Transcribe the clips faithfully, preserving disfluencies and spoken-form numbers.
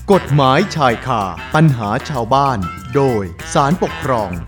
กฎหมายชายคาปัญหาชาวบ้านโดยศาลปกครอง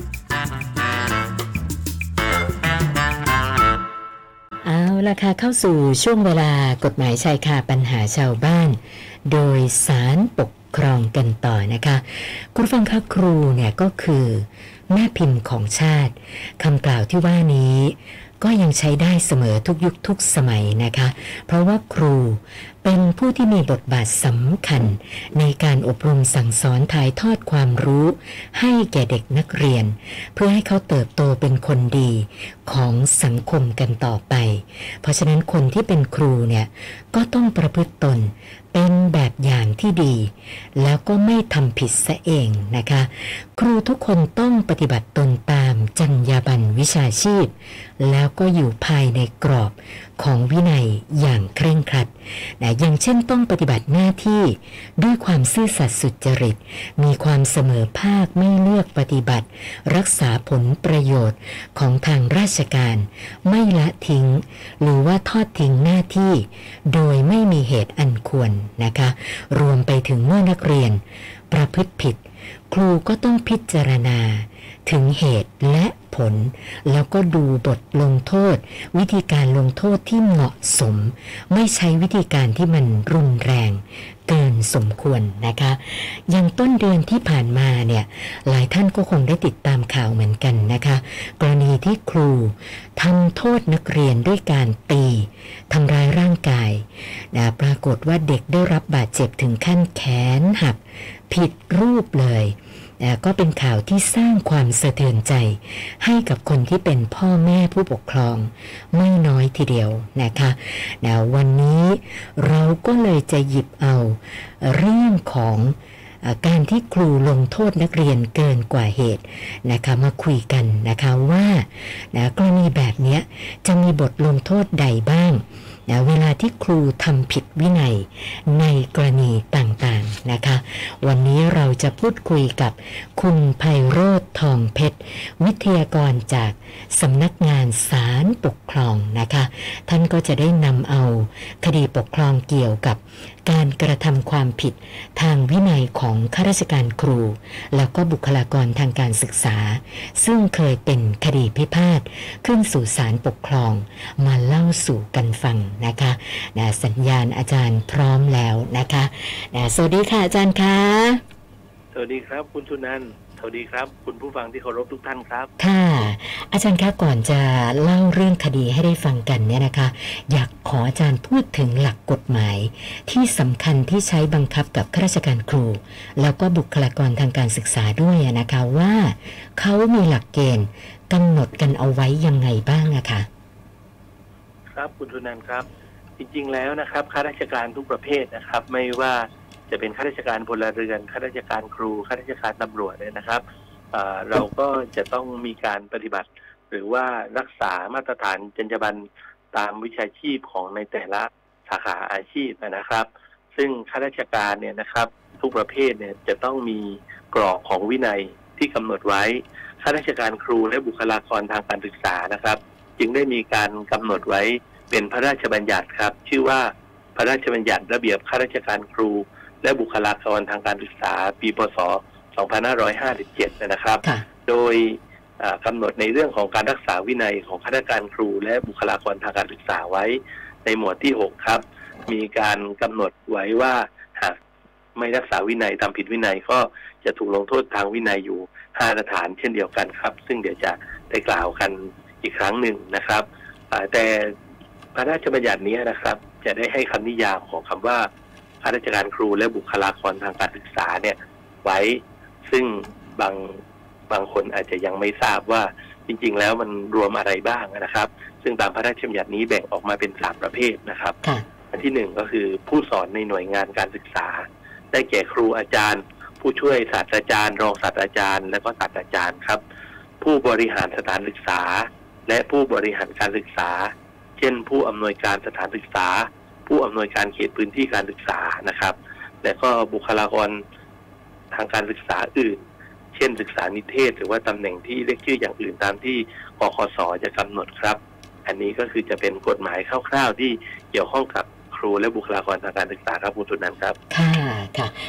เอาล่ะค่ะเข้าสู่ช่วงเวลากฎหมายชายคาปัญหาชาวบ้านโดยศาลปกครองกันต่อนะคะคุณฟังคะครูเนี่ยก็คือแม่พิมพ์ของชาติคำกล่าวที่ว่านี้ก็ยังใช้ได้เสมอทุกยุคทุกสมัยนะคะเพราะว่าครูเป็นผู้ที่มีบทบาทสำคัญในการอบรมสั่งสอนถ่ายทอดความรู้ให้แก่เด็กนักเรียนเพื่อให้เขาเติบโตเป็นคนดีของสังคมกันต่อไปเพราะฉะนั้นคนที่เป็นครูเนี่ยก็ต้องประพฤติตนเป็นแบบอย่างที่ดีแล้วก็ไม่ทำผิดซะเองนะคะครูทุกคนต้องปฏิบัติตนตามจรรยาบรรณวิชาชีพแล้วก็อยู่ภายในกรอบของวินัยอย่างเคร่งครัดนะอย่างเช่นต้องปฏิบัติหน้าที่ด้วยความซื่อสัตย์สุจริตมีความเสมอภาคไม่เลือกปฏิบัติรักษาผลประโยชน์ของทางราชการไม่ละทิ้งหรือว่าทอดทิ้งหน้าที่โดยไม่มีเหตุอันควรนะคะรวมไปถึงเมื่อนักเรียนประพฤติผิดครูก็ต้องพิจารณาถึงเหตุและผลแล้วก็ดูบทลงโทษวิธีการลงโทษที่เหมาะสมไม่ใช้วิธีการที่มันรุนแรงเกินสมควรนะคะอย่างต้นเดือนที่ผ่านมาเนี่ยหลายท่านก็คงได้ติดตามข่าวเหมือนกันนะคะกรณีที่ครูทำโทษนักเรียนด้วยการตีทำร้ายร่างกายนะปรากฏว่าเด็กได้รับบาดเจ็บถึงขั้นแขนหักผิดรูปเลยก็เป็นข่าวที่สร้างความสะเทือนใจให้กับคนที่เป็นพ่อแม่ผู้ปกครองไม่น้อยทีเดียวนะคะนะวันนี้เราก็เลยจะหยิบเอาเรื่องของการที่ครูลงโทษนักเรียนเกินกว่าเหตุนะคะมาคุยกันนะคะว่านะกรณีแบบนี้จะมีบทลงโทษใดบ้างนะเวลาที่ครูทำผิดวินัยในกรณีต่างๆนะคะวันนี้เราจะพูดคุยกับคุณไพโรจน์ทองเพชรวิทยากรจากสำนักงานศาลปกครองนะคะท่านก็จะได้นำเอาคดีปกครองเกี่ยวกับการกระทำความผิดทางวินัยของข้าราชการครูแล้วก็บุคลากรทางการศึกษาซึ่งเคยเป็นคดีพิพาทขึ้นสู่ศาลปกครองมาเล่าสู่กันฟังนะคะนะสัญญาณอาจารย์พร้อมแล้วนะคะนะสวัสดีค่ะอาจารย์คะสวัสดีครับคุณชุนันท์สวัสดีครับคุณผู้ฟังที่เคารพทุกท่านครับค่ะอาจารย์คะก่อนจะเล่าเรื่องคดีให้ได้ฟังกันเนี่ยนะคะอยากขออาจารย์พูดถึงหลักกฎหมายที่สำคัญที่ใช้บังคับกับข้าราชการครูแล้วก็บุคลากรทางการศึกษาด้วยนะคะว่าเขามีหลักเกณฑ์กำหนดกันเอาไว้ยังไงบ้างอะคะครับคุณชุนันท์ครับจริงๆแล้วนะครับข้าราชการทุกประเภทนะครับไม่ว่าจะเป็นข้าราชการพลเรือนข้าราชการครูข้าราชการตำรวจเนี่ยนะครับเราก็จะต้องมีการปฏิบัติหรือว่ารักษามาตรฐานจรรยาบรรณตามวิชาชีพของในแต่ละสาขาอาชีพนะครับซึ่งข้าราชการเนี่ยนะครับทุกประเภทเนี่ยจะต้องมีกรอบของวินัยที่กำหนดไว้ข้าราชการครูและบุคลากรทางการศึกษานะครับจึงได้มีการกำหนดไว้เป็นพระราชบัญญัติครับชื่อว่าพระราชบัญญัติระเบียบข้าราชการครูและบุคลากรทางการศึกษาปีพ.ศ. สองพันห้าร้อยห้าสิบเจ็ดนะครับโดยกำหนดในเรื่องของการรักษาวินัยของข้าราชการครูและบุคลากรทางการศึกษาไว้ในหมวดที่หกครับมีการกำหนดไว้ว่าหากไม่รักษาวินัยทำผิดวินัยก็จะถูกลงโทษทางวินัยอยู่ห้ามาตรฐานเช่นเดียวกันครับซึ่งเดี๋ยวจะได้กล่าวกันอีกครั้งหนึ่งนะครับแต่พระราชบัญญัตินี้นะครับจะได้ให้คำนิยามของคำว่าข้าราชการครูและบุคลากรทางการศึกษาเนี่ยไว้ซึ่งบางบางคนอาจจะยังไม่ทราบว่าจริงๆแล้วมันรวมอะไรบ้างนะครับซึ่งตามพระราชบัญญัตินี้แบ่งออกมาเป็นสามประเภทนะครับอันที่หนึ่งก็คือผู้สอนในหน่วยงานการศึกษาได้แก่ครูอาจารย์ผู้ช่วยศาสตราจารย์รองศาสตราจารย์และก็ศาสตราจารย์ครับผู้บริหารสถานศึกษาและผู้บริหารการศึกษาเช่นผู้อำนวยการสถานศึกษาผู้อำนวยการเขตพื้นที่การศึกษานะครับและก็บุคลากรทางการศึกษาอื่นเช่นศึกษานิเทศหรือว่าตำแหน่งที่เรียกชื่ออย่างอื่นตามที่กคศ.จะกำหนดครับอันนี้ก็คือจะเป็นกฎหมายคร่าวๆที่เกี่ยวข้องกับครูและบุคลากรทางการศึกษาครับคุณสุนันท์ครับค่ะค่ะ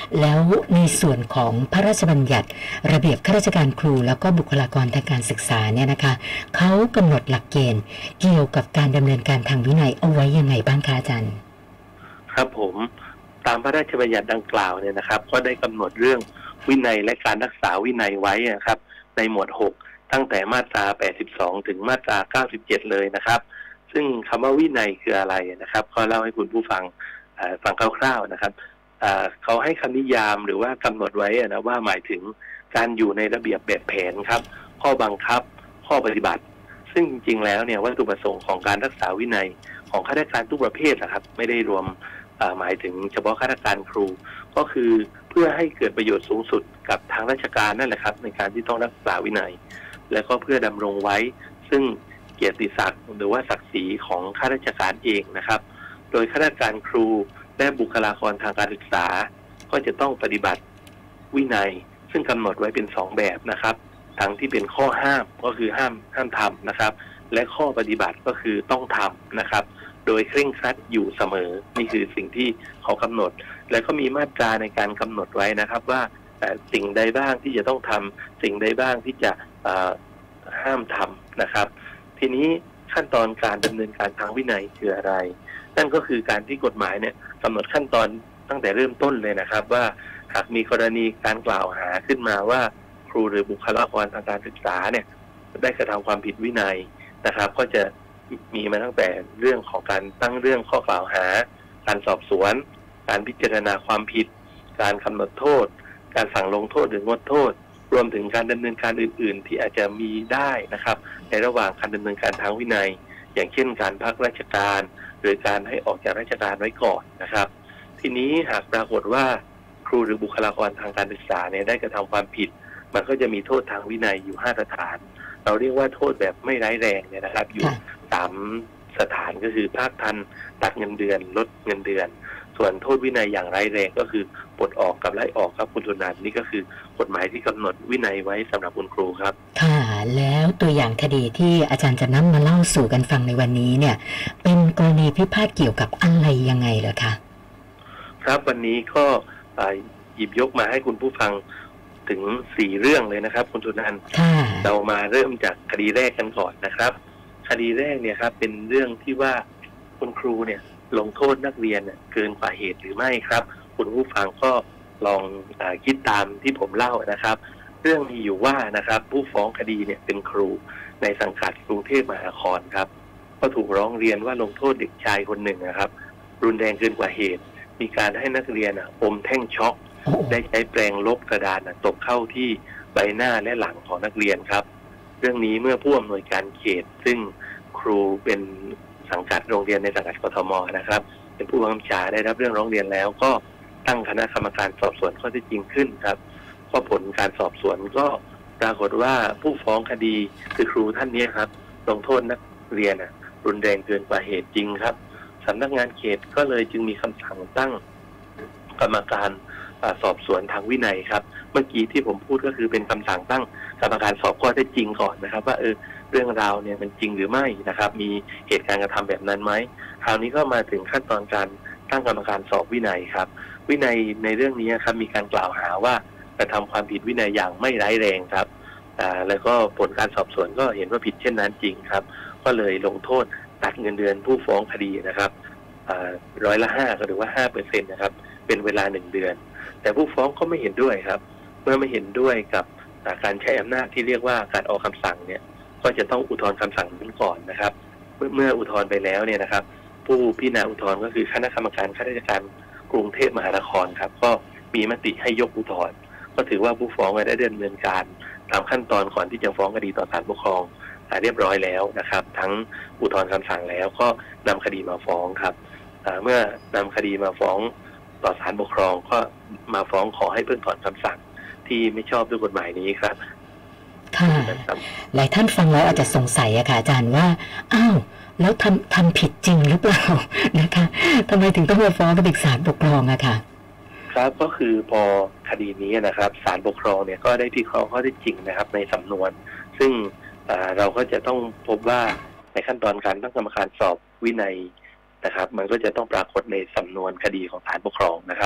แล้วในส่วนของพระราชบัญญัติระเบียบข้าราชการครูแล้วก็บุคลากรทางการศึกษาเนี่ยนะคะเขากำหนดหลักเกณฑ์เกี่ยวกับการดำเนินการทางวินัยเอาไว้ยังไงบ้างคะอาจารย์ครับผมตามพระราชบัญญัติดังกล่าวเนี่ยนะครับก็ได้กำหนดเรื่องวินัยและการรักษาวินัยไว้นะครับในหมวดหกตั้งแต่มาตราแปดสิบสองถึงมาตราเก้าสิบเจ็ดเลยนะครับซึ่งคำว่าวินัยคืออะไรนะครับก็เล่าให้คุณผู้ฟังฟังคร่าวๆนะครับเขาให้คำนิยามหรือว่ากำหนดไว้นะว่าหมายถึงการอยู่ในระเบียบแบบแผนครับข้อบังคับข้อปฏิบัติซึ่งจริงๆแล้วเนี่ยวัตถุประสงค์ของการรักษาวินัยของข้าราชการทุกประเภทนะครับไม่ได้รวมหมายถึงเฉพาะข้าราชการครูก็คือเพื่อให้เกิดประโยชน์สูงสุดกับทางราชการนั่นแหละครับในการที่ต้องรักษาวินัยและก็เพื่อดำรงไว้ซึ่งเกียรติศักดิ์หรือว่าศักดิ์ศรีของข้าราชการเองนะครับโดยข้าราชการครูและบุคลากรทางการศึกษาก็จะต้องปฏิบัติวินัยซึ่งกำหนดไว้เป็นสองแบบนะครับทั้งที่เป็นข้อห้ามก็คือห้ามห้ามทำนะครับและข้อปฏิบัติก็คือต้องทำนะครับโดยเคร่งครัดอยู่เสมอนี่คือสิ่งที่เขากำหนดและก็มีมาตราในการกำหนดไว้นะครับว่าสิ่งใดบ้างที่จะต้องทำสิ่งใดบ้างที่จะห้ามทำนะครับทีนี้ขั้นตอนการดำเนินการทางวินัยคืออะไรนั่นก็คือการที่กฎหมายเนี่ยกำหนดขั้นตอนตั้งแต่เริ่มต้นเลยนะครับว่าหากมีกรณีการกล่าวหาขึ้นมาว่าครูหรือบุคลากรทางการศึกษาเนี่ยได้กระทำความผิดวินัยนะครับก็จะมีมาตั้งแต่เรื่องของการตั้งเรื่องข้อกล่าวหาการสอบสวนการพิจารณาความผิดการกำหนดโทษการสั่งลงโทษหรืองดโทษรวมถึงการดำเนินการอื่นๆที่อาจจะมีได้นะครับในระหว่างการดำเนินการทางวินัยอย่างเช่นการพักราชการหรือการให้ออกจากราชการไว้ก่อนนะครับทีนี้หากปรากฏว่าครูหรือบุคลากรทางการศึกษาเนี่ยได้กระทำความผิดมันก็จะมีโทษทางวินัยอยู่ห้าสถานเราเรียกว่าโทษแบบไม่ร้ายแรงเนี่ยนะครับอยู่สามสถานก็คือภาคทันตัดเงินเดือนลดเงินเดือนส่วนโทษวินัยอย่างร้ายแรงก็คือปลดออกกับไล่ออกครับคุณทุนันนี่ก็คือกฎหมายที่กำหนดวินัยไว้สำหรับคุณครูครับค่ะแล้วตัวอย่างคดีที่อาจารย์จะนำมาเล่าสู่กันฟังในวันนี้เนี่ยเป็นกรณีพิพาทเกี่ยวกับอะไรยังไงเหรอคะครับวันนี้ก็หยิบยกมาให้คุณผู้ฟังถึงสี่เรื่องเลยนะครับคุณทุนันเรามาเริ่มจากคดีแรกกันก่อนนะครับคดีแรกเนี่ยครับเป็นเรื่องที่ว่าคุณครูเนี่ยลงโทษนักเรียนเกินกว่าเหตุหรือไม่ครับคุณผู้ฟังก็ลองอคิดตามที่ผมเล่านะครับเรื่องมีอยู่ว่านะครับผู้ฟ้องคดีเนี่ยเป็นครูในสังกัดกรุงเทพมหานครครับก็ถูกร้องเรียนว่าลงโทษเด็กชายคนหนึ่งนะครับรุนแรงเกินกว่าเหตุมีการให้นักเรียนอมแท่งช็อกได้ใช้แปรงลบกระดานตบเข้าที่ใบหน้าและหลังของนักเรียนครับเรื่องนี้เมื่อผู้อำนวยการเขตซึ่งครูเป็นสังกัดโรงเรียนในสังกัดกทมนะครับเป็นผู้บังคับบัญชาได้รับเรื่องร้องเรียนแล้วก็ตั้งคณะกรรมการสอบสวนข้อเท็จจริงขึ้นครับก็ผลการสอบสวนก็ปรากฏว่าผู้ฟ้องคดีคือครูท่านนี้ครับลงโทษนักเรียนรุนแรงเกินกว่าเหตุจริงครับสำนักงานเขตก็เลยจึงมีคำสั่งตั้งกรรมการสอบสวนทางวินัยครับเมื่อกี้ที่ผมพูดก็คือเป็นคำสั่งตั้งกรรมการสอบข้อเท็จจริงก่อนนะครับว่าเออเรื่องราวเนี่ยมันจริงหรือไม่นะครับมีเหตุการณ์กระทำแบบนั้นไหมคราวนี้ก็มาถึงขั้นตอนการตั้งกรรมการสอบวินัยครับวินัยในเรื่องนี้ครับมีการกล่าวหาว่ากระทำความผิดวินัยอย่างไม่ร้ายแรงครับอ่าแล้วก็ผลการสอบสวนก็เห็นว่าผิดเช่นนั้นจริงครับก็เลยลงโทษตัดเงินเดือนผู้ฟ้องคดีนะครับอ่าร้อยละห้าหรือว่าห้าเปอร์เซ็นต์นะครับเป็นเวลาหนึ่งเดือนแต่ผู้ฟ้องก็ไม่เห็นด้วยครับเมื่อไม่เห็นด้วยกับการใช้อำนาจที่เรียกว่าการออกคำสั่งเนี่ยก็จะต้องอุทธรณ์คำสั่งนั้นก่อนนะครับเมื่ออุทธรณ์ไปแล้วเนี่ยนะครับผู้พิจารณาอุทธรณ์ก็คือคณะกรรมการข้าราชการกรุงเทพมหานครครับก็มีมติให้ยกอุทธรณ์ก็ถือว่าผู้ฟ้องได้ดำเนินการตามขั้นตอนก่อนที่จะฟ้องคดีต่อศาลปกครองเรียบร้อยแล้วนะครับทั้งอุทธรณ์คำสั่งแล้วก็นำคดีมาฟ้องครับเมื่อนำคดีมาฟ้องต่อศาลปกครองก็มาฟ้องขอให้เพิกถอนคำสั่งที่ไม่ชอบด้วยกฎหมายนี้ครับค่ะหลายท่านฟังแล้วอาจจะสงสัยอะค่ะอาจารย์ว่าอ้าวแล้วทำทำผิดจริงหรือเปล่านะคะทำไมถึงต้องมาฟ้องกับศาลปกครองอะค่ะครับก็คือพอคดีนี้นะครับศาลปกครองเนี่ยก็ได้พิเคราะห์ข้อเท็จจริงนะครับในสำนวนซึ่งเราก็จะต้องพบว่าในขั้นตอนการตั้งกรรมการสอบวินัยนะครับมันก็จะต้องปรากฏในสำนวนคดีของศาลปกครองนะครับ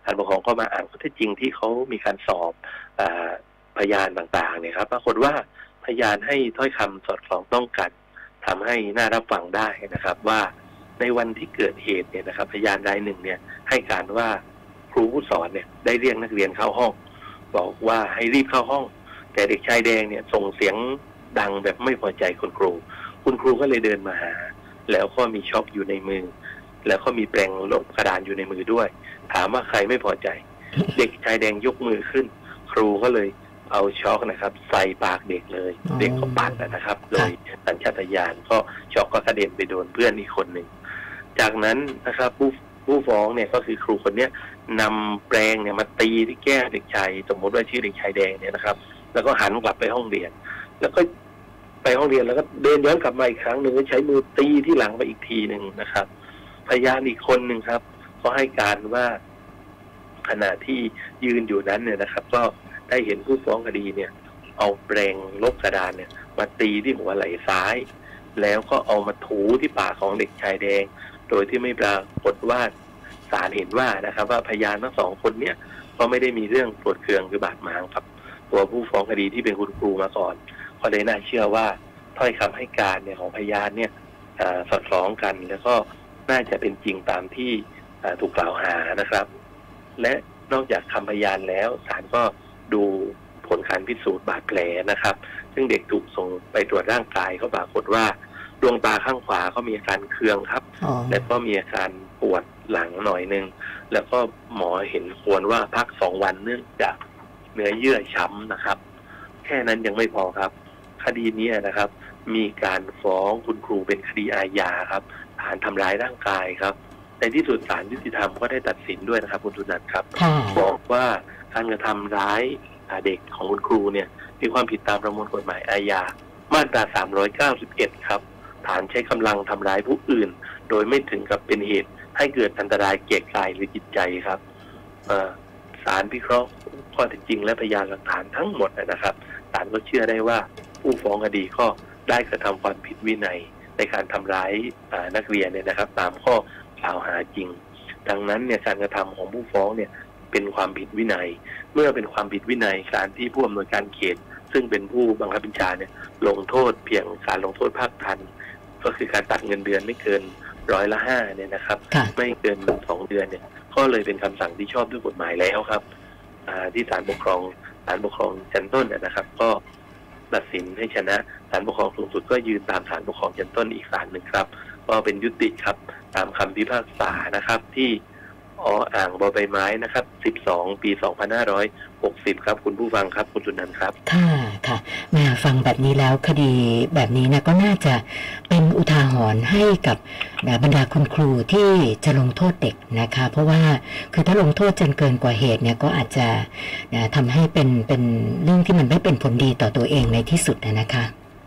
ศาลปกครองก็มาอ่านข้อเท็จจริงที่เขามีการสอบอพยานต่างๆเนี่ยครับปรากฏว่าพยานให้ถ้อยคำสอดคล้องต้องกันทำให้น่ารับฟังได้นะครับว่าในวันที่เกิดเหตุเนี่ยนะครับพยานรายหนึ่งเนี่ยให้การว่าครูผู้สอนเนี่ยได้เรียกนักเรียนเข้าห้องบอกว่าให้รีบเข้าห้องแต่เด็กชายแดงเนี่ยส่งเสียงดังแบบไม่พอใจคุณครูคุณครูก็เลยเดินมาหาแล้วก็มีช็อคอยู่ในมือแล้วก็มีแปรงลบกระดานอยู่ในมือด้วยถามว่าใครไม่พอใจ เด็กชายแดงยกมือขึ้นครูก็เลยเอาช็อกนะครับใส่ปากเด็กเลยเด็กก็ปัดนะครับ โดยสัญชาตญาณก็ช็อกก็กระเด็นไปโดนเพื่อนอีกคนหนึ่งจากนั้นนะครับผู้ผู้ฟ้องเนี่ยก็คือครูคนนี้นำแปรงเนี่ยมาตีที่แก้เด็กชายสมมติว่าชื่อเด็กชายแดงเนี่ยนะครับแล้วก็หันกลับไปห้องเรียนแล้วก็ไปห้องเรียนแล้วก็เดินย้อนกลับมาอีกครั้งหนึ่งก็ใช้มือตีที่หลังไปอีกทีหนึ่งนะครับพยานอีกคนหนึ่งครับก็ให้การว่าขณะที่ยืนอยู่นั้นเนี่ยนะครับก็ได้เห็นผู้ฟ้องคดีเนี่ยเอาแปรงลบกระดานเนี่ยมาตีที่หัวไหล่ซ้ายแล้วก็เอามาถูที่ปากของเด็กชายแดงโดยที่ไม่ปรากฏว่าศาลเห็นว่านะครับว่าพยานทั้งสองคนเนี่ยก็ไม่ได้มีเรื่องโกรธเคืองหรือบาดหมางกับตัวผู้ฟ้องคดีที่เป็นคุณครูมาก่อนก็เลยน่าเชื่อว่าถ้อยคำให้การเนี่ยของพยานเนี่ยสอดคล้องกันแล้วก็น่าจะเป็นจริงตามที่ถูกกล่าวหานะครับและนอกจากคำพยานแล้วศาลก็ดูผลการพิสูจน์บาดแผลนะครับซึ่งเด็กถูกส่งไปตรวจร่างกายก็ปรากฏว่าดวงตาข้างขวาเขามีอาการเคืองครับและก็มีอาการปวดหลังหน่อยนึงแล้วก็หมอเห็นควรว่าพักสองวันเนื่องจากเนื้อเยื่อช้ำนะครับแค่นั้นยังไม่พอครับคดีนี้นะครับมีการฟ้องคุณครูเป็นคดีอาญาครับฐานทำร้ายร่างกายครับในที่สุดศาลยุติธรรมก็ได้ตัดสินด้วยนะครับคุณทุนันท์ครับบอกว่าการกระทำร้ายเด็กของคุณครูเนี่ยมีความผิดตามประมวลกฎหมายอาญามาตราสามร้อยเก้าสิบเอ็ดครับฐานใช้กำลังทำร้ายผู้อื่นโดยไม่ถึงกับเป็นเหตุให้เกิดอันตรายแก่กายหรือจิตใจครับศาลพิเคราะห์ข้อเท็จจริงและพยานหลักฐานทั้งหมดนะครับศาลก็เชื่อได้ว่าผู้ฟ้องคดีก็ได้กระทำความผิดวินัยในการทำร้ายนักเรียนเนี่ยนะครับตามข้อกล่าวหาจริงดังนั้นเนี่ยการกระทำของผู้ฟ้องเนี่ยเป็นความผิดวินัยเมื่อเป็นความผิดวินัยการที่ผู้อำนวยการเขตซึ่งเป็นผู้บังคับบัญชาเนี่ยลงโทษเพียงการลงโทษภาคทันก็คือการตัดเงินเดือนไม่เกินร้อยละห้าเนี่ยนะครับไม่เกินสองเดือนเนี่ยก็เลยเป็นคำสั่งที่ชอบด้วยกฎหมายแล้วครับที่ศาลปกครองศาลปกครองชั้นต้นนะครับก็ตัดสินให้ชนะศาลปกครองสูงสุดก็ยืนตามศาลปกครองชั้นต้นอีกศาลหนึ่งครับก็เป็นยุติครับตามคำพิพากษานะครับที่ออ่างบอใบไม้นะครับสิบสองปีสองพันห้าร้อยหกสิบครับคุณผู้ฟังครับคุณจุนันท์ครับค่ะค่ะมาฟังแบบนี้แล้วคดีแบบนี้นะก็น่าจะเป็นอุทาหรณ์ให้กับบรรดาคุณครูที่จะลงโทษเด็กนะคะเพราะว่าคือถ้าลงโทษจนเกินกว่าเหตุเนี่ยก็อาจจะทำให้เป็นเป็นเรื่องที่มันไม่เป็นผลดีต่อตัวเองในที่สุดนะคะ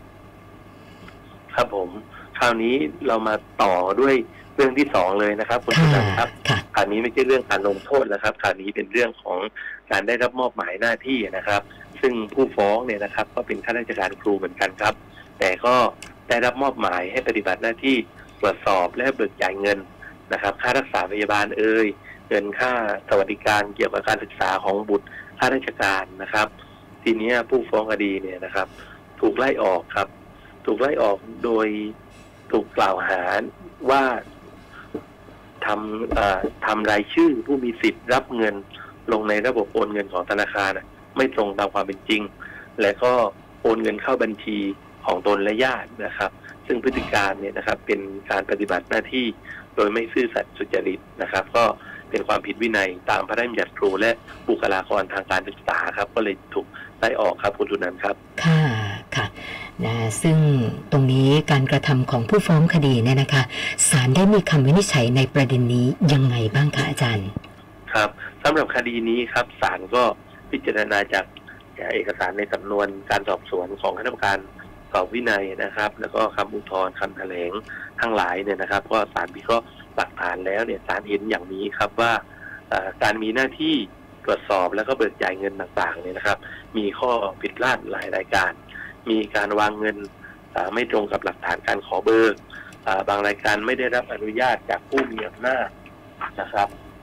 ครับผมคราวนี้เรามาต่อด้วยเรื่องที่สองเลยนะครับคุณผู้ชมครับคราวนี้ไม่ใช่เรื่องการลงโทษแล้วครับคราวนี้เป็นเรื่องของการได้รับมอบหมายหน้าที่นะครับซึ่งผู้ฟ้องเนี่ยนะครับก็เป็นข้าราชการครูเหมือนกันครับแต่ก็ได้รับมอบหมายให้ปฏิบัติหน้าที่ตรวจสอบและเบิกจ่ายเงินนะครับค่ารักษาพยาบาลเอ่ยเงินค่าสวัสดิการเกี่ยวกับการศึกษาของบุตรข้าราชการนะครับทีนี้ผู้ฟ้องคดีเนี่ยนะครับถูกไล่ออกครับถูกไล่ออกโดยถูกกล่าวหาว่าทำทำรายชื่อผู้มีสิทธิ์รับเงินลงในระบบโอนเงินของธนาคารไม่ตรงตามความเป็นจริงและก็โอนเงินเข้าบัญชีของตนและญาตินะครับซึ่งพฤติการเนี่ยนะครับเป็นการปฏิบัติหน้าที่โดยไม่ซื่อสัตย์สุจริตนะครับก็เป็นความผิดวินัยตามพระราชบัญญัติครูและบุคลากรทางการศึกษาครับก็เลยถูกไล่ออกครับคุณทุนันท์ครับค่ะค่ะนะซึ่งตรงนี้การกระทำของผู้ฟ้องคดีเนี่ยนะคะศาลได้มีคำวินิจฉัยในประเด็นนี้ยังไงบ้างคะอาจารย์ครับสำหรับคดีนี้ครับศาลก็พิจารณาจากเอกสารในสำนวนการสอบสวนของคณะกรรมการสอบวินัยนะครับแล้วก็คำอุทธรณ์คำแถลงทั้งหลายเนี่ยนะครับก็ศาลพิเคราะห์หลักฐานแล้วเนี่ยศาลเห็นอย่างนี้ครับว่าการมีหน้าที่ตรวจสอบแล้วก็เบิกจ่ายเงินต่างๆเนี่ยนะครับมีข้อผิดพลาดหลายรายการมีการวางเงินไม่ตรงกับหลักฐานการขอเบิกบางรายการไม่ได้รับอนุญาตจากผู้มีอำนาจนะครับ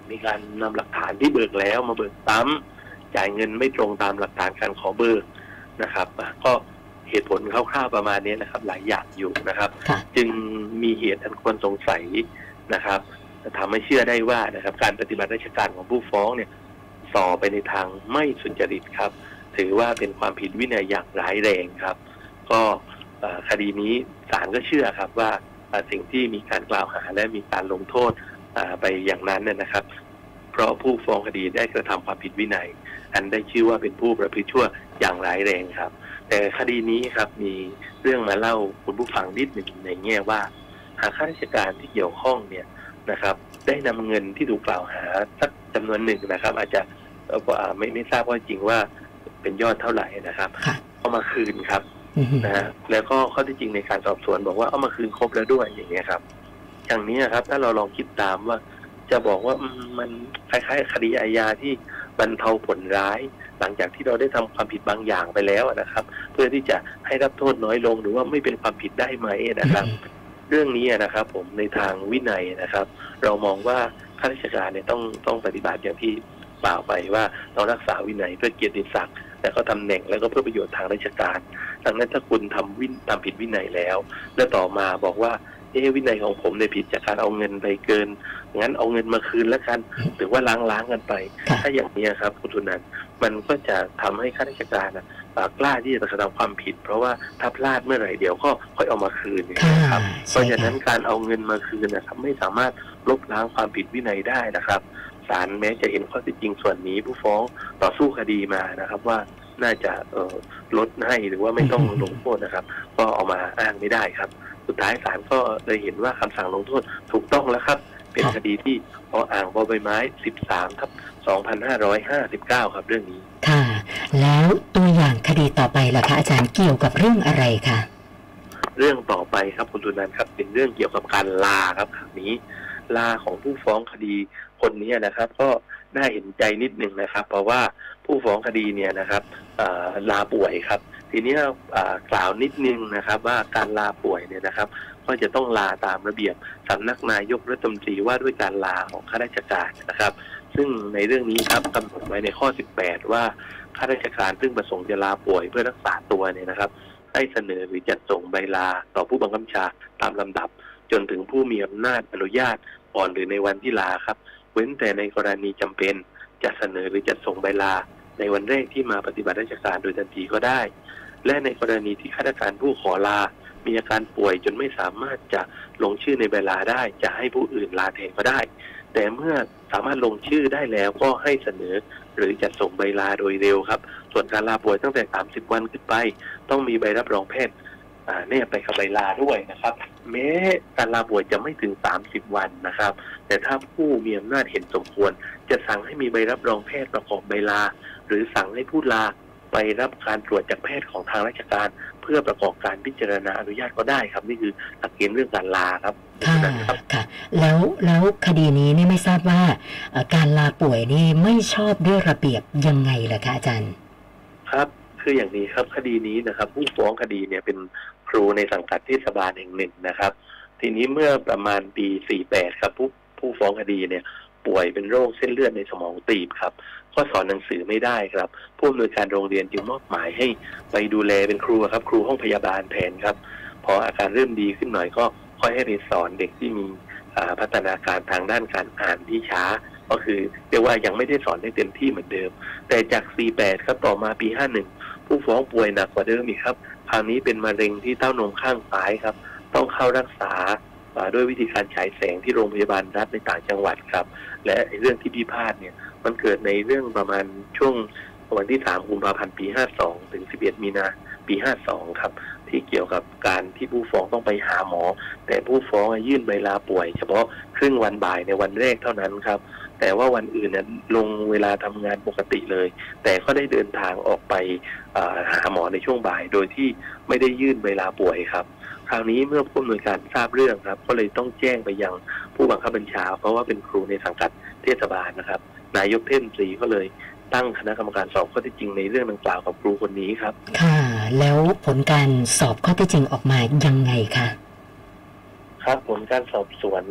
มีการนำหลักฐานที่เบิกแล้วมาเบิกซ้ำจ่ายเงินไม่ตรงตามหลักฐานการขอเบิกนะครับก็เหตุผลคร่าวๆประมาณนี้นะครับหลายอย่างอยู่นะครับจึงมีเหตุอันควรสงสัยนะครับทำให้เชื่อได้ว่านะครับการปฏิบัติราชการของผู้ฟ้องเนี่ยส่อไปในทางไม่สุจริตครับถือว่าเป็นความผิดวินัยอย่างร้ายแรงครับก็คดีนี้ศาลก็เชื่อครับว่าสิ่งที่มีการกล่าวหาและมีการลงโทษไปอย่างนั้นนะครับเพราะผู้ฟ้องคดีได้กระทำความผิดวินัยอันได้ชื่อว่าเป็นผู้ประพฤติชั่วอย่างร้ายแรงครับแต่คดีนี้ครับมีเรื่องมาเล่าคุณผู้ฟังนิดหนึ่งในแง่ว่าหากข้าราชการที่เกี่ยวข้องเนี่ยนะครับได้นำเงินที่ถูกกล่าวหาสักจำนวนหนึ่งนะครับอาจจะไม่ไม่ทราบว่าจริงว่าเป็นยอดเท่าไหร่นะครับเอามาคืนครับนะฮะแล้วก็ข้อที่จริงในการสอบสวนบอกว่าเอามาคืนครบแล้วด้วยอย่างเงี้ยครับอย่างนี้ครับถ้าเราลองคิดตามว่าจะบอกว่ามันคล้ายๆคดีอาญาที่บรรเทาผลร้ายหลังจากที่เราได้ทำความผิดบางอย่างไปแล้วนะครับเพื่อที่จะให้รับโทษน้อยลงหรือว่าไม่เป็นความผิดได้ไหมนะครับเรื่องนี้นะครับผมในทางวินัยนะครับเรามองว่าข้าราชการเนี่ยต้องต้องปฏิบัติอย่างที่กล่าวไปว่าต้องรักษาวินัยเพื่อเกียรติศักดิ์และก็ตำแหน่งแล้วก็เพื่อประโยชน์ทางราชการดังนั้นถ้าคุณทำวินทำผิดวินัยแล้วและต่อมาบอกว่าเอวินัยของผมเนี่ยผิดจากการเอาเงินไปเกินงั้นเอาเงินมาคืนแล้วกันหรือว่าล้างๆกันไปถ้าอย่างนี้ครับคุณทุนันมันก็จะทำให้ข้าราชการนะกล้าที่จะกระทำความผิดเพราะว่าถ้าพลาดเมื่อไหร่เดี๋ยวก็ค่อยเอามาคืนนะครับเพราะฉะนั้นการเอาเงินมาคืนนะครับไม่สามารถลบล้างความผิดวินัยได้นะครับศาลแม้จะเห็นข้อเท็จจริงส่วนนี้ผู้ฟ้องต่อสู้คดีมานะครับว่าน่าจะเอ่อลดให้หรือว่าไม่ต้องลงโทษนะครับก็เอามาอ้างไม่ได้ครับสุดท้ายศาลก็เลยเห็นว่าคำสั่งลงโทษถูกต้องแล้วครับเป็นคดีที่ออ่างบใบไม้สิบสามทับสองพันห้าร้อยห้าสิบเก้าครับเรื่องนี้ค่ะแล้วตัวอย่างคดีต่อไปล่ะคะอาจารย์เกี่ยวกับเรื่องอะไรคะเรื่องต่อไปครับคุณตุนันท์ครับเป็นเรื่องเกี่ยวกับการลาครับคราวนี้ลาของผู้ฟ้องคดีคนนี้นะครับก็น่าเห็นใจนิดหนึ่งนะครับเพราะว่าผู้ฟ้องคดีเนี่ยนะครับลาป่วยครับทีนี้กล่าวนิดนึงนะครับว่าการลาป่วยเนี่ยนะครับก็จะต้องลาตามระเบียบสำนักนายกรัฐมนตรีว่าด้วยการลาของข้าราชการนะครับซึ่งในเรื่องนี้ครับกำหนดไว้ในข้อสิบแปดว่าข้าราชการซึ่งประสงค์จะลาป่วยเพื่อรักษาตัวเนี่ยนะครับให้เสนอหรือจัดส่งใบลาต่อผู้บังคับบัญชาตามลำดับจนถึงผู้มีอำนาจอนุญาตก่อนหรือในวันที่ลาครับเว้นแต่ในกรณีจำเป็นจะเสนอหรือจัดส่งใบลาในวันแรกที่มาปฏิบัติราชการโดยทันทีก็ได้และในกรณีที่ข้าราชการผู้ขอลามีอาการป่วยจนไม่สามารถจะลงชื่อในใบลาได้จะให้ผู้อื่นลาแทนก็ได้แต่เมื่อสามารถลงชื่อได้แล้วก็ให้เสนอหรือจัดส่งใบลาโดยเร็วครับส่วนการลาป่วยตั้งแต่สามสิบวันขึ้นไปต้องมีใบรับรองแพทย์แนบไปกับใบลาด้วยนะครับแม้การลาป่วยจะไม่ถึงสามสิบวันนะครับแต่ถ้าผู้มีอำนาจเห็นสมควรจะสั่งให้มีใบรับรองแพทย์ประกอบใบลาหรือสั่งให้ผู้ลาไปรับการตรวจจากแพทย์ของทางราชการเพื่อประกอบการพิจารณาอนุญาตก็ได้ครับนี่คือหลักเกณฑ์เรื่องการลาครับค่ะค่ะแล้วแล้วคดีนี้นี่ไม่ทราบว่าการลาป่วยนี่ไม่ชอบด้วยระเบียบยังไงล่ะคะอาจารย์ครับคืออย่างนี้ครับคดีนี้นะครับผู้ฟ้องคดีเนี่ยเป็นครูในสังกัดเทศบาลแห่งหนึ่งนะครับทีนี้เมื่อประมาณปีสี่สิบแปดครับผู้ผู้ฟ้องคดีเนี่ยป่วยเป็นโรคเส้นเลือดในสมองตีบครับก็สอนหนังสือไม่ได้ครับผู้อำนวยการโรงเรียนจึงมอบหมายให้ไปดูแลเป็นครูครับครูห้องพยาบาลแทนครับพออาการเริ่มดีขึ้นหน่อยก็ค่อยให้ไปสอนเด็กที่มีพัฒนาการทางด้านการอ่านที่ช้าก็คือเรียกว่ายังไม่ได้สอนได้เต็มที่เหมือนเดิมแต่จากสี่สิบแปดครับต่อมาปีห้าสิบเอ็ดผู้ฟ้องป่วยหนักกว่าเดิมอีกครับคราวนี้เป็นมะเร็งที่เต้านมข้างซ้ายครับต้องเข้ารักษาด้วยวิธีการฉายแสงที่โรงพยาบาลรัฐในต่างจังหวัดครับและเรื่องที่พิพาทเนี่ยมันเกิดในเรื่องประมาณช่วงวันที่สามกุมภาพันธ์ปีห้าสิบสองถึงสิบเอ็ดมีนาปีห้าสิบสองครับที่เกี่ยวกับการที่ผู้ฟ้องต้องไปหาหมอแต่ผู้ฟ้องยื่นใบลาป่วยเฉพาะครึ่งวันบ่ายในวันแรกเท่านั้นครับแต่ว่าวันอื่นเนี่ยลงเวลาทำงานปกติเลยแต่ก็ได้เดินทางออกไปหาหมอในช่วงบ่ายโดยที่ไม่ได้ยื่นใบลาป่วยครับคราวนี้เมื่อผู้อำนวยการทราบเรื่องครับก็เลยต้องแจ้งไปยังผู้บังคับบัญชาเพราะว่าเป็นครูในสังกัดเทศบาลนะครับนายกเทศมนตรีก็เลยตั้งคณะกรรมการสอบข้อเท็จจริงในเรื่องดังกล่าวกับครูคนนี้ครับค่ะแล้วผลการสอบข้อเท็จจริงออกมายังไงคะครับผลการสอบสวน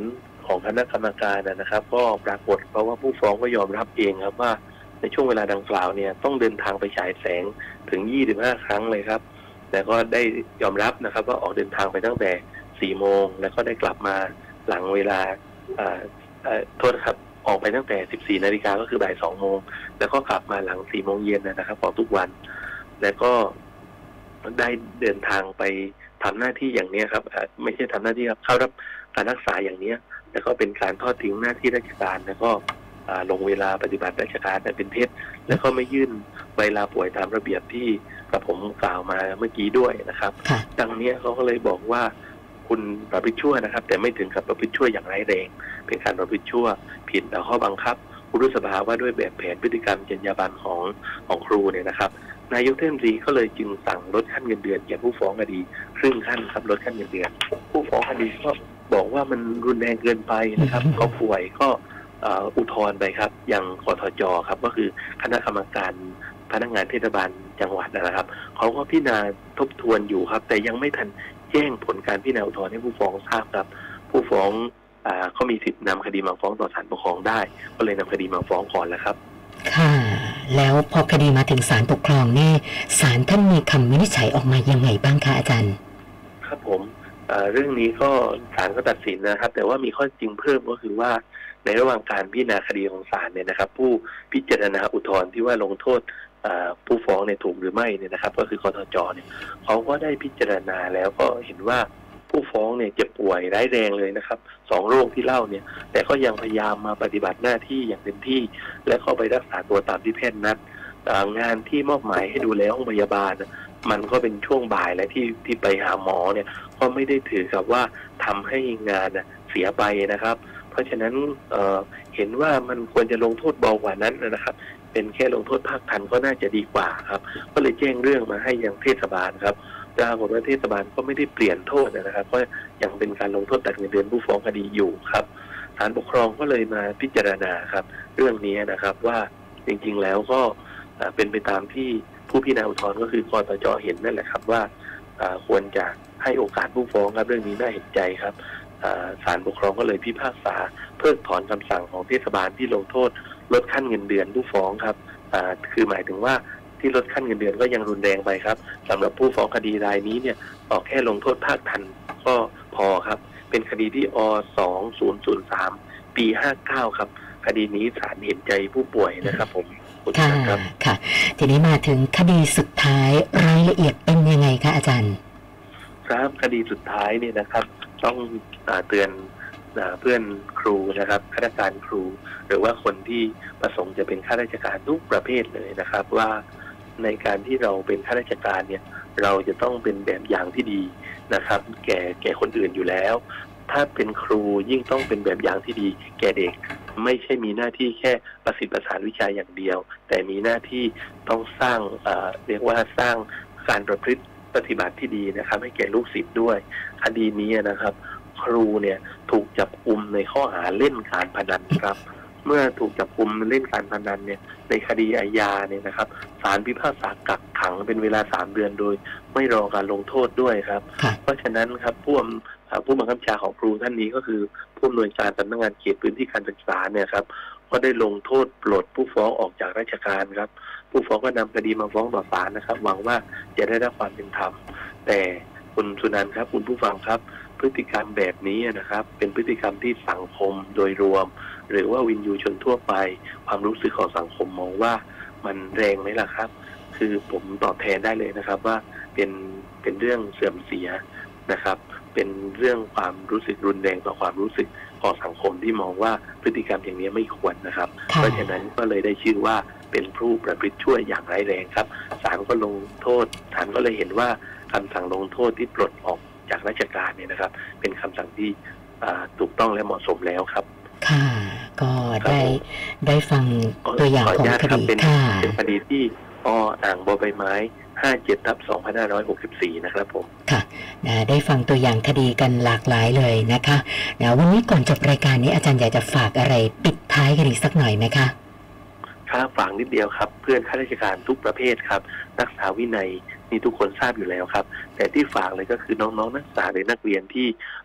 ของคณะกรรมการนะครับก็ปรากฏเพราะว่าผู้ฟ้องก็ยอมรับเองครับว่าในช่วงเวลาดังกล่าวเนี่ยต้องเดินทางไปฉายแสงถึงยี่สิบห้าครั้งเลยครับแต่ก็ได้ยอมรับนะครับว่าออกเดินทางไปตั้งแต่สี่โมงแล้วก็ได้กลับมาหลังเวลาโทษครับออกไปตั้งแต่สิบสี่นาฬิกาก็คือบ่ายสองโมงแล้วก็กลับมาหลังสี่โมงเย็นนะครับของทุกวันแล้วก็ได้เดินทางไปทำหน้าที่อย่างนี้ครับไม่ใช่ทำหน้าที่ครับเข้ารับการรักษาอย่างนี้แล้วก็เป็นการทอดทิ้งหน้าที่ราชการแล้วก็ลงเวลาปฏิบัติราชการเป็นเท็จแล้วก็ไม่ยื่นใบลาป่วยตามระเบียบที่กระผมกล่าวมาเมื่อกี้ด้วยนะครับดังนี้เขาก็เลยบอกว่าคุณประพฤติชั่วนะครับแต่ไม่ถึงกับประพฤติชั่วอย่างร้ายแรงเป็นการประพฤติชั่วผิดต่อข้อบังคับครุสภาว่าด้วยแบบแผนพฤติกรรมจรรยาบรรณของของครูเนี่ยนะครับนายกเทศมนตรีก็เลยจึงสั่งลดขั้นเงินเดือนแก่ผู้ฟ้องคดีครึ่งขั้นครับลดขั้นเงินเดือนผู้ฟ้องคดีก็บอกว่ามันรุนแรงเกินไปนะครับเขาป่วยก็อุทธรณ์ไปครับอย่างกทจครับก็คือคณะกรรมการพนักงานเทศบาลจังหวัดนะครับเขาก็พิจารณาทบทวนอยู่ครับแต่ยังไม่ทันแจ้งผลการพิจารณาอุทธรณ์ให้ผู้ฟ้องทราบครับผู้ฟ้องเขามีสิทธินำคดีมาฟ้องต่อศาลปกครองได้ก็เลยนำคดีมาฟ้องก่อนแล้วครับค่ะแล้วพอคดีมาถึงศาลปกครองนี่ศาลท่านมีคำวินิจฉัยออกมายังไงบ้างคะอาจารย์ครับผมเรื่องนี้ก็ศาลก็ตัดสินนะครับแต่ว่ามีข้อจริงเพิ่มก็คือว่าในระหว่างการพิจารณาคดีของศาลเนี่ยนะครับผู้พิจารณาอุทธรณ์ที่ว่าลงโทษผู้ฟ้องในถูกหรือไม่เนี่ยนะครับก็คือกทจเนี่ยเขาก็ได้พิจารณาแล้วก็เห็นว่าผู้ฟ้องเนี่ยเจ็บป่วยร้ายแรงเลยนะครับสองโรคที่เล่าเนี่ยแต่ก็ยังพยายามมาปฏิบัติหน้าที่อย่างเต็มที่และเข้าไปรักษาตัวตามที่แพทย์นัดงานที่มอบหมายให้ดูแลห้องพยาบาลมันก็เป็นช่วงบ่ายและที่ที่ไปหาหมอเนี่ยก็ไม่ได้ถือกับว่าทำให้งานเสียไปนะครับเพราะฉะนั้น เ, เห็นว่ามันควรจะลงโทษเบากว่านั้นนะครับเป็นแค่ลงโทษภาคทันก็น่าจะดีกว่าครับก็เลยแจ้งเรื่องมาให้ยังเทศบาลครับปรากฏว่าเทศบาลก็ไม่ได้เปลี่ยนโทษนะครับก็ยังเป็นการลงโทษตัดเงินเดือนผู้ฟ้องคดีอยู่ครับศาลปกครองก็เลยมาพิจารณาครับเรื่องนี้นะครับว่าจริงๆแล้วก็เป็นไปตามที่ผู้พิจารณาอุทธรณ์ก็คือกทจเห็นนั่นแหละครับว่าควรจะให้โอกาสผู้ฟ้องครับเรื่องนี้น่าเห็นใจครับศาลปกครองก็เลยพิพากษาเพิกถอนคำสั่งของเทศบาลที่ลงโทษลดขั้นเงินเดือนผู้ฟ้องครับคือหมายถึงว่าที่ลดขั้นเงินเดือนก็ยังรุนแรงไปครับสำหรับผู้ฟ้องคดีรายนี้เนี่ยออกแค่ลงโทษภาคทันก็พอครับเป็นคดีที่อ สองพันศูนย์สาม ปีห้าเก้าครับคดีนี้ศาลเห็นใจผู้ป่วยนะครับผมค่ะค่ะทีนี้มาถึงคดีสุดท้ายรายละเอียดเป็นยังไงคะอาจารย์ครับคดีสุดท้ายเนี่ยนะครับต้องเตือนเพื่อนครูนะครับข้าราชการครูหรือว่าคนที่ประสงค์จะเป็นข้าราชการทุกประเภทเลยนะครับว่าในการที่เราเป็นข้าราชการเนี่ยเราจะต้องเป็นแบบอย่างที่ดีนะครับแก่แก่คนอื่นอยู่แล้วถ้าเป็นครูยิ่งต้องเป็นแบบอย่างที่ดีแก่เด็กไม่ใช่มีหน้าที่แค่ประสิทธิ์ประสานวิชาอย่างเดียวแต่มีหน้าที่ต้องสร้างเอ่อเรียกว่าสร้างการประพฤติปฏิบัติที่ดีนะครับให้แก่ลูกศิษย์ด้วยคดีนี้นะครับครูเนี่ยถูกจับกุมในข้อหาเล่นการพนันครับเมื่อถูกจับกุมเล่นการพนันเนี่ยในคดีอาญาเนี่ยนะครับศาลพิพากษากักขังเป็นเวลาสามเดือนโดยไม่รอการลงโทษด้วยครับเพราะฉะนั้นครับผู้ผู้บังคับบัญชาของครูท่านนี้ก็คือผู้อำนวยการสำนักงานเขตพื้นที่การศึกษาเนี่ยครับก็ได้ลงโทษปลดผู้ฟ้องออกจากราชการครับผู้ฟ้องก็นำคดีมาฟ้องต่อศาลนะครับหวังว่าจะได้รับความเป็นธรรมแต่คุณสุนันท์ครับคุณผู้ฟังครับพฤติกรรมแบบนี้นะครับเป็นพฤติกรรมที่สังคมโดยรวมหรือว่าวินยูชนทั่วไปความรู้สึกของสังคมมองว่ามันแรงไหมล่ะครับคือผมตอบแทนได้เลยนะครับว่าเป็นเป็นเรื่องเสื่อมเสียนะครับเป็นเรื่องความรู้สึกรุนแรงต่อความรู้สึกของสังคมที่มองว่าพฤติกรรมอย่างนี้ไม่ควรนะครับเพราะฉะนั้นก็เลยได้ชื่อว่าเป็นผู้ประพฤติชั่วอย่างร้ายแรงครับศาลก็ลงโทษศาลก็เลยเห็นว่าคำสั่งลงโทษที่ปลดออกจากราชการเนี่ยนะครับเป็นคำสั่งที่ถูกต้องและเหมาะสมแล้วครับค่ะก็ได้ได้ฟังตัวอย่างของคดีค่ะเป็นคดีที่ออ่างบอใบไม้ห้าสิบเจ็ดทับสองพันห้าร้อยหกสิบสี่นะครับผมค่ะได้ฟังตัวอย่างคดีกันหลากหลายเลยนะคะวันนี้ก่อนจบรายการนี้อาจารย์อยากจะฝากอะไรปิดท้ายกันอีกสักหน่อยไหมคะครับฝากนิดเดียวครับเพื่อนข้าราชการทุกประเภทครับรักษาวินัยนี่ทุกคนทราบอยู่แล้วครับแต่ที่ฝากเลยก็คือน้องๆนักศึกษาหรือนักเรียนที่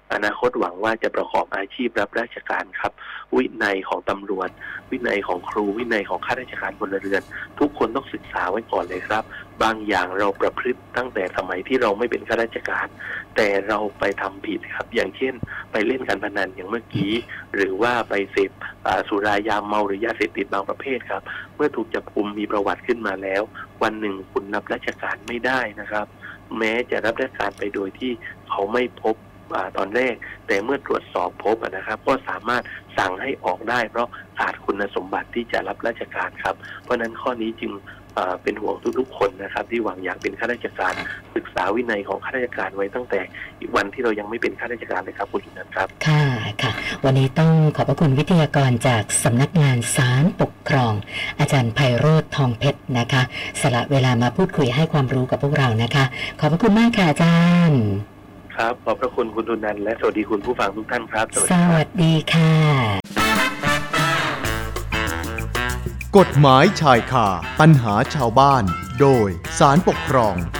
อนาคตหวังว่าจะประกอบอาชีพรับราชการครับวินัยของตำรวจวินัยของครูวินัยของข้าราชการพลเรือนทุกคนต้องศึกษาไว้ก่อนเลยครับบางอย่างเราประพฤติตั้งแต่สมัยที่เราไม่เป็นข้าราชการแต่เราไปทำผิดครับอย่างเช่นไปเล่นการพนันอย่างเมื่อกี้หรือว่าไปเสพสุรายาเมาหรือยาเสพติดบางประเภทครับเมื่อถูกจับกุมมีประวัติขึ้นมาแล้ววันหนึ่งคุณรับราชการไม่ได้นะครับแม้จะรับราชการไปโดยที่เขาไม่พบตอนแรกแต่เมื่อตรวจสอบพบนะครับก็สามารถสั่งให้ออกได้เพราะขาดคุณสมบัติที่จะรับราชการครับเพราะนั้นข้อนี้จึงเป็นห่วงทุกๆคนนะครับที่หวังอยากเป็นข้าราชการศึกษาวินัยของข้าราชการไว้ตั้งแต่วันที่เรายังไม่เป็นข้าราชการเลยครับคุณจุนันท์ครับค่ะค่ะวันนี้ต้องขอบพระคุณวิทยากรจากสำนักงานศาลปกครองอาจารย์ไพโรจน์ทองเพชรนะคะสละเวลามาพูดคุยให้ความรู้กับพวกเรานะคะขอบพระคุณมากค่ะอาจารย์ครับขอบพระคุณคุณจุนันท์และสวัสดีคุณผู้ฟังทุกท่านครับสวัสดีค่ะกฎหมายชายคาปัญหาชาวบ้านโดยศาลปกครอง